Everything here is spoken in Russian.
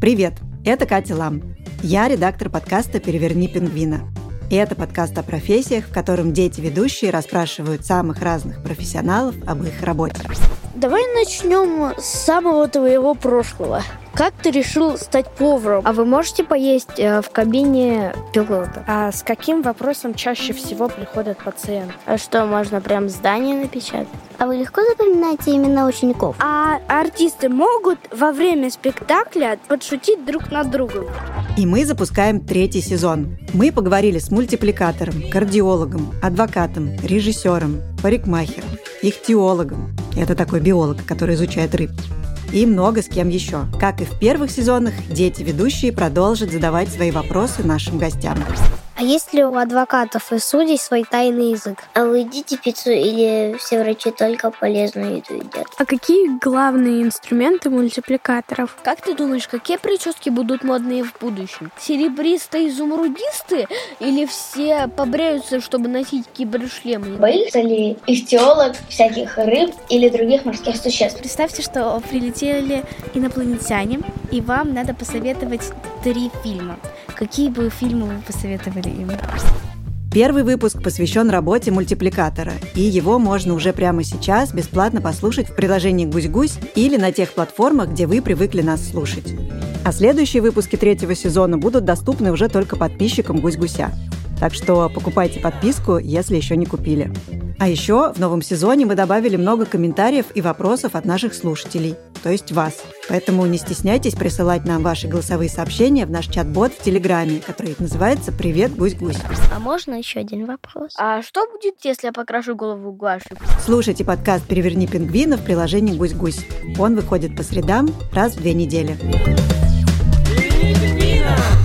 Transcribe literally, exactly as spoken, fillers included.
Привет, это Катя Лам. Я редактор подкаста «Переверни пингвина». И это подкаст о профессиях, в котором дети-ведущие расспрашивают самых разных профессионалов об их работе. Давай начнем с самого твоего прошлого. Как ты решил стать поваром? А вы можете поесть э, в кабине пилота? А с каким вопросом чаще всего приходят пациенты? А что, можно прям здание напечатать? А вы легко запоминаете имена учеников? А артисты могут во время спектакля подшутить друг над другом? И мы запускаем третий сезон. Мы поговорили с мультипликатором, кардиологом, адвокатом, режиссером, парикмахером, ихтиологом. Это такой биолог, который изучает рыб. И много с кем еще. Как и в первых сезонах, дети-ведущие продолжат задавать свои вопросы нашим гостям. А есть ли у адвокатов и судей свой тайный язык? А вы едите пиццу или все врачи только полезную еду едят? А какие главные инструменты мультипликаторов? Как ты думаешь, какие прически будут модные в будущем? Серебристо-изумрудисты или все побреются, чтобы носить кибершлемы? Боится ли ихтиолог всяких рыб или других морских существ? Представьте, что прилетели инопланетяне, и вам надо посоветовать три фильма. Какие бы фильмы вы посоветовали им? Первый выпуск посвящен работе мультипликатора, и его можно уже прямо сейчас бесплатно послушать в приложении «Гусь-Гусь» или на тех платформах, где вы привыкли нас слушать. А следующие выпуски третьего сезона будут доступны уже только подписчикам «Гусь-Гуся». Так что покупайте подписку, если еще не купили. А еще в новом сезоне мы добавили много комментариев и вопросов от наших слушателей, то есть вас. Поэтому не стесняйтесь присылать нам ваши голосовые сообщения в наш чат-бот в Телеграме, который называется «Привет, Гусь-Гусь». А можно еще один вопрос? А что будет, если я покрашу голову гуашью? Слушайте подкаст «Переверни пингвина» в приложении «Гусь-Гусь». Он выходит по средам раз в две недели. Переверни пингвина!